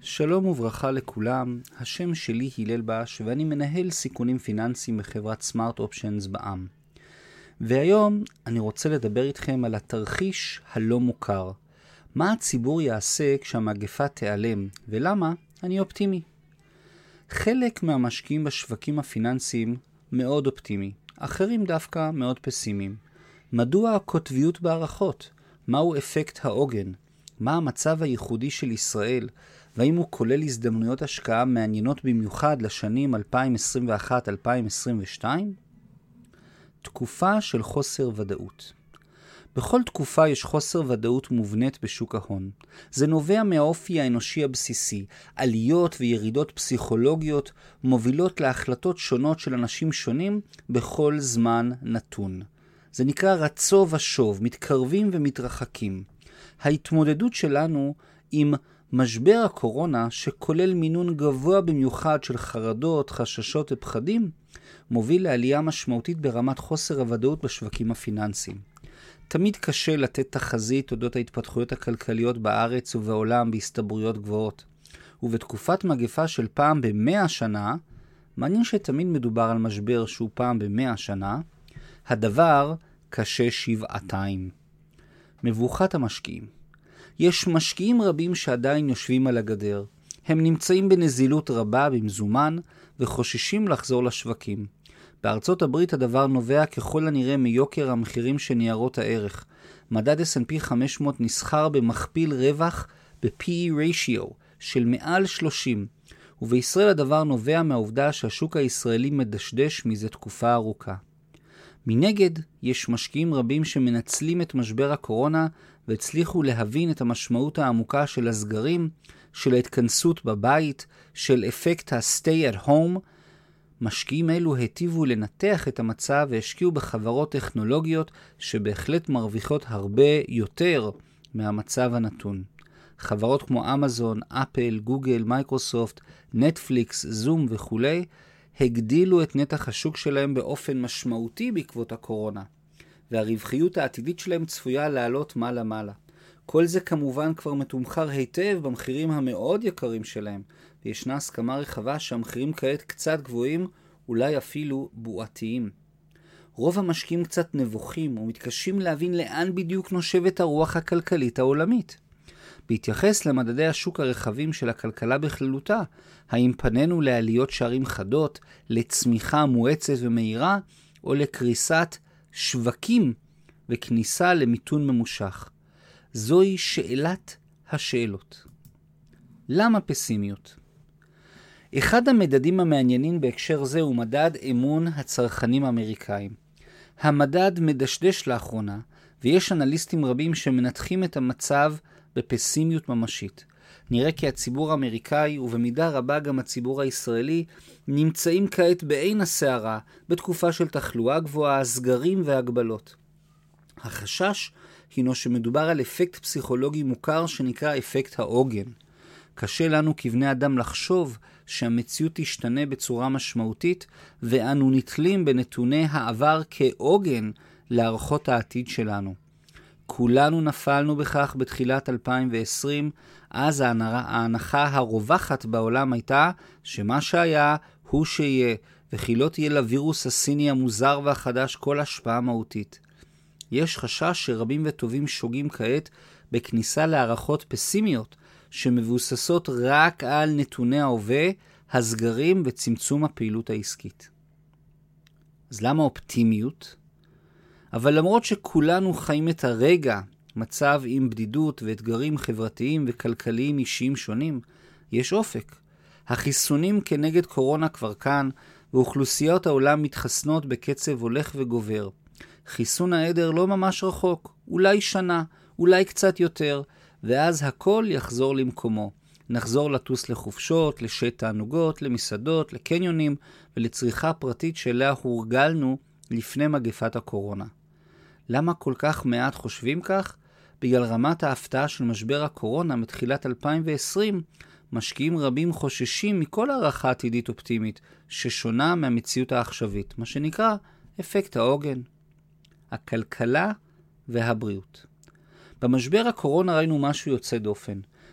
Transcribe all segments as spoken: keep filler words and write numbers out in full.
שלום וברכה לכולם, השם שלי הלל בש ואני מנהל סיכונים פיננסיים בחברת סמארט אופשנס בע"מ. והיום אני רוצה לדבר איתכם על התרחיש הלא מוכר. מה הציבור יעשה כשהמגפה תיעלם ולמה אני אופטימי. חלק מהמשקיעים בשווקים הפיננסיים מאוד אופטימי, אחרים דווקא מאוד פסימיים. מדוע הקוטביות בערכות? מהו אפקט העוגן? מה המצב הייחודי של ישראל? והאם הוא כולל הזדמנויות השקעה מעניינות במיוחד לשנים אלפיים עשרים ואחת עד אלפיים עשרים ושתיים? תקופה של חוסר ודאות. בכל תקופה יש חוסר ודאות מובנית בשוק ההון. זה נובע מהאופי האנושי הבסיסי. עליות וירידות פסיכולוגיות מובילות להחלטות שונות של אנשים שונים בכל זמן נתון. זה נקרא רצו ושוב, מתקרבים ומתרחקים. ההתמודדות שלנו עם משבר הקורונה, שכולל מינון גבוה במיוחד של חרדות, חששות ופחדים, מוביל לעלייה משמעותית ברמת חוסר הוודאות בשווקים הפיננסיים. תמיד קשה לתת תחזית אודות ההתפתחויות הכלכליות בארץ ובעולם בהסתברויות גבוהות. ובתקופת מגפה של פעם במאה שנה, מעניין שתמיד מדובר על משבר שהוא פעם במאה שנה, הדבר קשה שבעתיים. מבוכת המשקיעים. יש משקיעים רבים שעדיין יושבים על הגדר. הם נמצאים בנזילות רבה במזומן וחוששים לחזור לשווקים. בארצות הברית הדבר נובע ככל הנראה מיוקר המחירים של ניירות הערך. מדד אס אנד פי חמש מאות נסחר במכפיל רווח ב-פי אי ratio של מעל שלושים. ובישראל הדבר נובע מהעובדה שהשוק הישראלי מדשדש מזה תקופה ארוכה. מנגד, יש משקיעים רבים שמנצלים את משבר הקורונה והצליחו להבין את המשמעות העמוקה של הסגרים, של ההתכנסות בבית, של אפקט ה-stay at home. משקיעים אלו היטיבו לנתח את המצב והשקיעו בחברות טכנולוגיות שבהחלט מרוויחות הרבה יותר מהמצב הנתון. חברות כמו אמזון, אפל, גוגל, מייקרוסופט, נטפליקס, זום וכו' הגדילו את נתח השוק שלהם באופן משמעותי בעקבות הקורונה, והרווחיות העתידית שלהם צפויה לעלות מעלה מעלה. כל זה כמובן כבר מתומחר היטב במחירים המאוד יקרים שלהם, וישנה הסכמה רחבה שהמחירים כעת קצת גבוהים, אולי אפילו בועתיים. רוב המשקיעים קצת נבוכים ומתקשים להבין לאן בדיוק נושבת הרוח הכלכלית העולמית. בהתייחס למדדי השוק הרחבים של הכלכלה בכללותה, האם פנינו לעליות שערים חדות, לצמיחה מואצת ומהירה, או לקריסת שווקים וכניסה למיתון ממושך? זוהי שאלת השאלות. למה פסימיות? אחד המדדים המעניינים בהקשר זה הוא מדד אמון הצרכנים האמריקאים. המדד מדשדש לאחרונה, ויש אנליסטים רבים שמנתחים את המצב בפסימיות ממשית. נראה כי הציבור האמריקאי ובמידה רבה גם הציבור הישראלי נמצאים כעת בעין הסערה בתקופה של תחלואה גבוהה, סגרים והגבלות. החשש הינו שמדובר על אפקט פסיכולוגי מוכר שנקרא אפקט העוגן. קשה לנו כבני אדם לחשוב שהמציאות תשתנה בצורה משמעותית ואנו נתלים בנתוני העבר כעוגן להערכות העתיד שלנו. כולנו נפלנו בכך בתחילת אלפיים ועשרים, אז ההנחה הרווחת בעולם הייתה שמה שהיה הוא שיהיה, וכי לא תהיה לווירוס הסיני המוזר והחדש כל השפעה מהותית. יש חשש שרבים וטובים שוגים כעת בכניסה להערכות פסימיות, שמבוססות רק על נתוני ההווה, הסגרים וצמצום הפעילות העסקית. אז למה אופטימיות? אבל למרות שכולנו חיים את הרגע, מצב עם בדידות ואתגרים חברתיים וכלכליים אישיים שונים, יש אופק. החיסונים כנגד קורונה כבר כאן, ואוכלוסיות העולם מתחסנות בקצב הולך וגובר. חיסון העדר לא ממש רחוק, אולי שנה, אולי קצת יותר, ואז הכל יחזור למקומו. נחזור לטוס לחופשות, לשט תענוגות, למסעדות, לקניונים ולצריכה פרטית שאליה הורגלנו לפני מגפת הקורונה. למה כל כך מעט חושבים כך? בגלל רמת ההפתעה של משבר הקורונה מתחילת אלפיים ועשרים, משקיעים רבים חוששים מכל הערכה עתידית אופטימית ששונה מהמציאות העכשווית, מה שנקרא אפקט העוגן. הכלכלה והבריאות. במשבר הקורונה ראינו משהו יוצא דופן.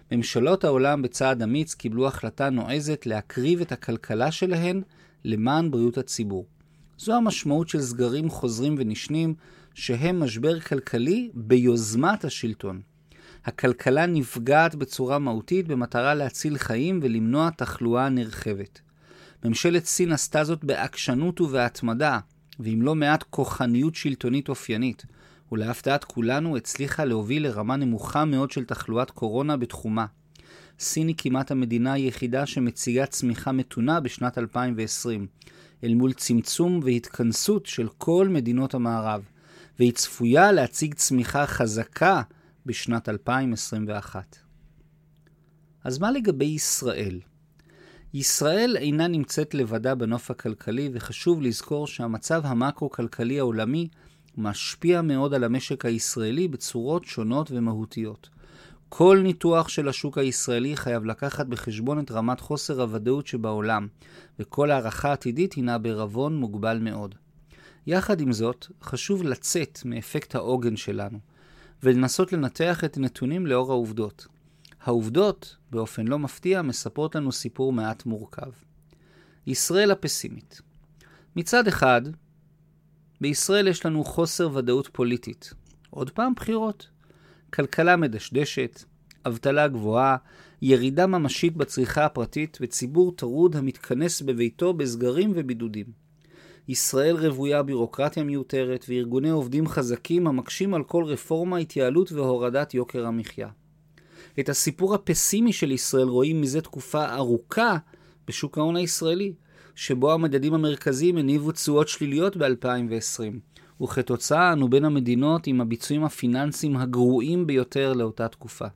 ממשלות העולם בצעד אמיץ קיבלו החלטה נועזת להקריב את הכלכלה שלהן למען בריאות הציבור. זו המשמעות של סגרים חוזרים ונשנים, שהם משבר כלכלי ביוזמת השלטון. הכלכלה נפגעת בצורה מהותית במטרה להציל חיים ולמנוע תחלואה נרחבת. ממשלת סין עשתה זאת בעקשנות ובהתמדה, ועם לא מעט כוחניות שלטונית אופיינית, ולהפתעת כולנו הצליחה להוביל לרמה נמוכה מאוד של תחלואת קורונה בתחומה. סין היא כמעט המדינה היחידה שמציגה צמיחה מתונה בשנת אלפיים ועשרים, אל מול צמצום והתכנסות של כל מדינות המערב, והיא צפויה להציג צמיחה חזקה בשנת אלפיים עשרים ואחת. אז מה לגבי ישראל? ישראל אינה נמצאת לבדה בנוף הכלכלי, וחשוב לזכור שהמצב המקרו-כלכלי העולמי משפיע מאוד על המשק הישראלי בצורות שונות ומהותיות. כל ניתוח של השוק הישראלי חייב לקחת בחשבון את רמת חוסר הוודאות שבעולם, וכל הערכה עתידית הינה בערבון מוגבל מאוד. יחד עם זאת, חשוב לצאת מאפקט העוגן שלנו, ולנסות לנתח את הנתונים לאור העובדות. העובדות, באופן לא מפתיע, מספרות לנו סיפור מעט מורכב. ישראל הפסימית. מצד אחד, בישראל יש לנו חוסר ודאות פוליטית. עוד פעם בחירות. כלכלה מדשדשת, אבטלה גבוהה, ירידה ממשית בצריכה הפרטית וציבור טרוד המתכנס בביתו בסגרים ובידודים. ישראל רבויה בירוקרטיה מיותרת וארגוני עובדים חזקים המקשים על כל רפורמה, התייעלות והורדת יוקר המחיה. את הסיפור הפסימי של ישראל רואים מזה תקופה ארוכה בשוק ההון הישראלי, שבו המדדים המרכזיים הניבו תשואות שליליות ב-אלפיים ועשרים, וכתוצאה אנו בין המדינות עם הביצועים הפיננסיים הגרועים ביותר לאותה תקופה.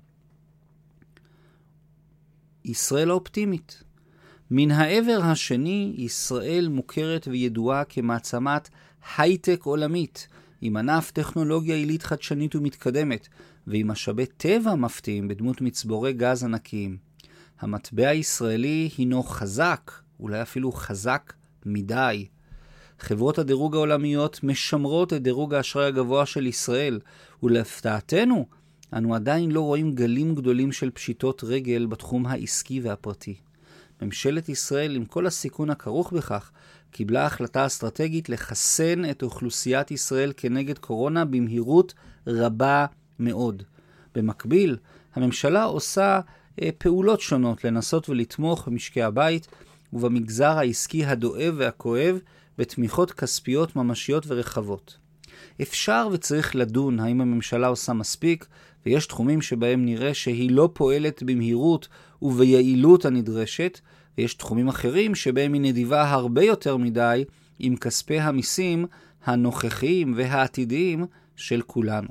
ישראל האופטימית. מן העבר השני, ישראל מוכרת וידועה כמעצמת הייטק עולמית, עם ענף טכנולוגיה עילית חדשנית ומתקדמת, ועם משאבי טבע מפתיעים בדמות מצבורי גז ענקיים. המטבע הישראלי הינו חזק, אולי אפילו חזק מדי. חברות הדירוג העולמיות משמרות את דירוג האשראי הגבוה של ישראל, ולהפתעתנו, אנו עדיין לא רואים גלים גדולים של פשיטות רגל בתחום העסקי והפרטי. ממשלת ישראל, עם כל הסיכון הכרוך בכך, קיבלה החלטה אסטרטגית לחסן את אוכלוסיית ישראל כנגד קורונה במהירות רבה מאוד. במקביל, הממשלה עושה אה, פעולות שונות לנסות ולתמוך במשקי הבית ובמגזר העסקי הדואב והכואב בתמיכות כספיות ממשיות ורחבות. אפשר וצריך לדון האם הממשלה עושה מספיק, ויש תחומים שבהם נראה שהיא לא פועלת במהירות וביעילות הנדרשת, ויש תחומים אחרים שבהם היא נדיבה הרבה יותר מדי עם כספי המיסים הנוכחיים והעתידיים של כולנו.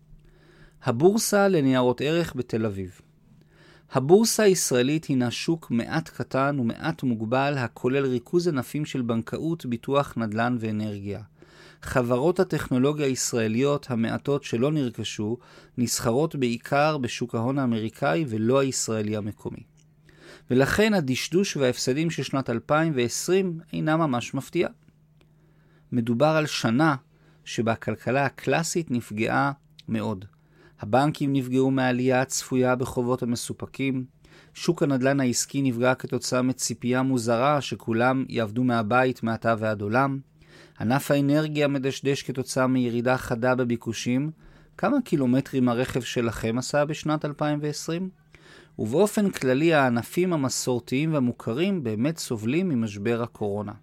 הבורסה לניירות ערך בתל אביב. הבורסה הישראלית הינה שוק מעט קטן ומעט מוגבל, הכולל ריכוז ענפים של בנקאות, ביטוח, נדל"ן ואנרגיה. חברות הטכנולוגיה הישראליות המעטות שלא נרכשו, נסחרות בעיקר בשוק ההון האמריקאי ולא הישראלי המקומי. ולכן הדשדוש וההפסדים של שנת אלפיים ועשרים אינה ממש מפתיעה. מדובר על שנה שבה הכלכלה הקלאסית נפגעה מאוד. הבנקים נפגעו מהעלייה הצפויה בחובות המסופקים, שוק הנדל"ן העסקי נפגע כתוצאה מציפייה מוזרה שכולם יעבדו מהבית מעתה ועד עולם, ענף האנרגיה מדשדש כתוצאה מירידה חדה בביקושים. כמה קילומטרים הרכב שלכם עשה בשנת אלפיים ועשרים? ובאופן כללי הענפים המסורתיים והמוכרים באמת סובלים ממשבר הקורונה.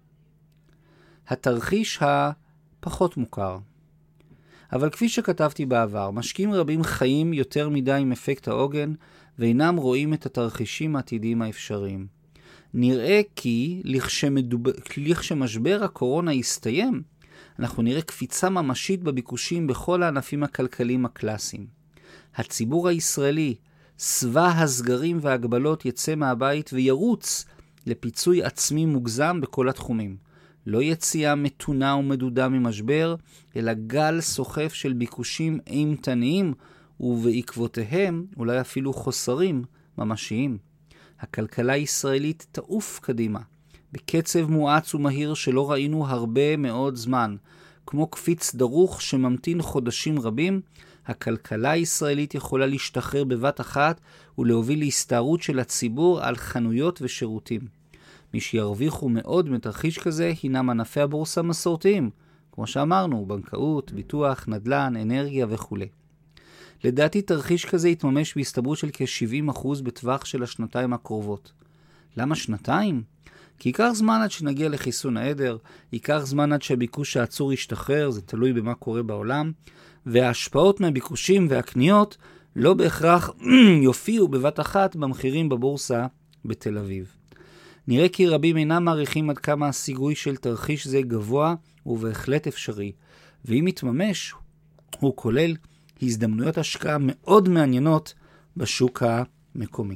התרחיש הפחות מוכר. אבל כפי שכתבתי בעבר, משקיעים רבים חיים יותר מדי עם אפקט העוגן, ואינם רואים את התרחישים העתידיים האפשריים. נראה כי לכשמדוב... לכשמשבר הקורונה יסתיים, אנחנו נראה קפיצה ממשית בביקושים בכל הענפים הכלכליים הקלאסיים. הציבור הישראלי, סבא הסגרים והגבלות, יצא מהבית וירוץ לפיצוי עצמי מוגזם בכל התחומים. לא יציאה מתונה ומדודה ממשבר, אלא גל סוחף של ביקושים אימתניים, ובעקבותיהם אולי אפילו חוסרים ממשיים. הכלכלה הישראלית תעוף קדימה, בקצב מואץ ומהיר שלא ראינו הרבה מאוד זמן, כמו קפיץ דרוך שממתין חודשים רבים, הכלכלה הישראלית יכולה להשתחרר בבת אחת ולהוביל להסתערות של הציבור על חנויות ושירותים. מי שירוויחו מאוד מתרחיש כזה הינם ענפי הבורסה המסורתיים, כמו שאמרנו, בנקאות, ביטוח, נדל"ן, אנרגיה וכו'. לדעתי תרחיש כזה יתממש בהסתברות של כ-שבעים אחוז בטווח של השנתיים הקרובות. למה שנתיים? כי ייקח זמן עד שנגיע לחיסון העדר, ייקח זמן עד שהביקוש העצור ישתחרר, זה תלוי במה קורה בעולם, וההשפעות מהביקושים והקניות לא בהכרח יופיעו בבת אחת במחירים בבורסה בתל אביב. נראה כי רבים אינם מעריכים עד כמה הסיגוי של תרחיש זה גבוה ובהחלט אפשרי, ואם יתממש, הוא כולל הזדמנויות השקעה מאוד מעניינות בשוק המקומי.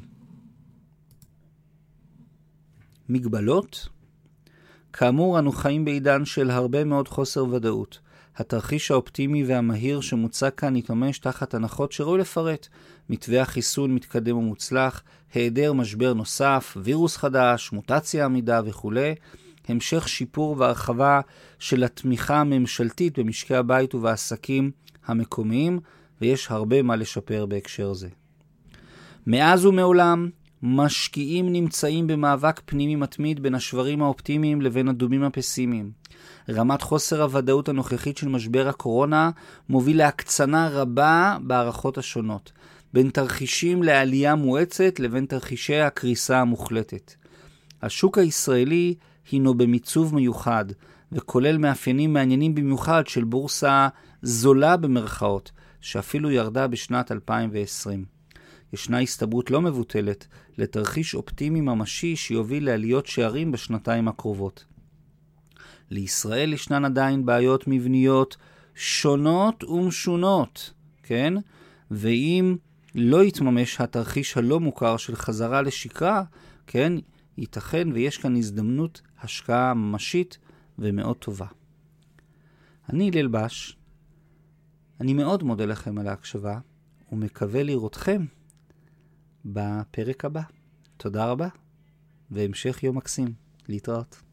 מגבלות? כאמור, אנו חיים בעידן של הרבה מאוד חוסר ודאות. התרחיש האופטימי והמהיר שמוצע כאן יתממש תחת הנחות שראוי לפרט. מתווה החיסון מתקדם ומוצלח, היעדר משבר נוסף, וירוס חדש, מוטציה עמידה וכו'. המשך שיפור והרחבה של התמיכה הממשלתית במשקי הבית ובעסקים המקומיים, ויש הרבה מה לשפר בהקשר זה. מאז ומעולם, משקיעים נמצאים במאבק פנימי מתמיד בין השברים האופטימיים לבין הדומים הפסימיים. רמת חוסר הוודאות הנוכחית של משבר הקורונה מוביל להקצנה רבה בערכות השונות, בין תרחישים לעלייה מואצת לבין תרחישי הקריסה המוחלטת. השוק הישראלי הינו במיצוב מיוחד, וכולל מאפיינים מעניינים במיוחד של בורסה זולה במרכאות, שאפילו ירדה בשנת אלפיים ועשרים. ישנה הסתברות לא מבוטלת לתרחיש אופטימי ממשי שיוביל לעליות שערים בשנתיים הקרובות. לישראל ישנן עדיין בעיות מבניות שונות ומשונות, כן? ואם לא יתממש התרחיש הלא מוכר של חזרה לשקרה, כן? ייתכן ויש כאן הזדמנות השקעה ממשית ומאוד טובה. אני ליל בש, אני מאוד מודה לכם על ההקשבה ומקווה לראותכם בפרק הבא. תודה רבה והמשך יום מקסים. להתראות.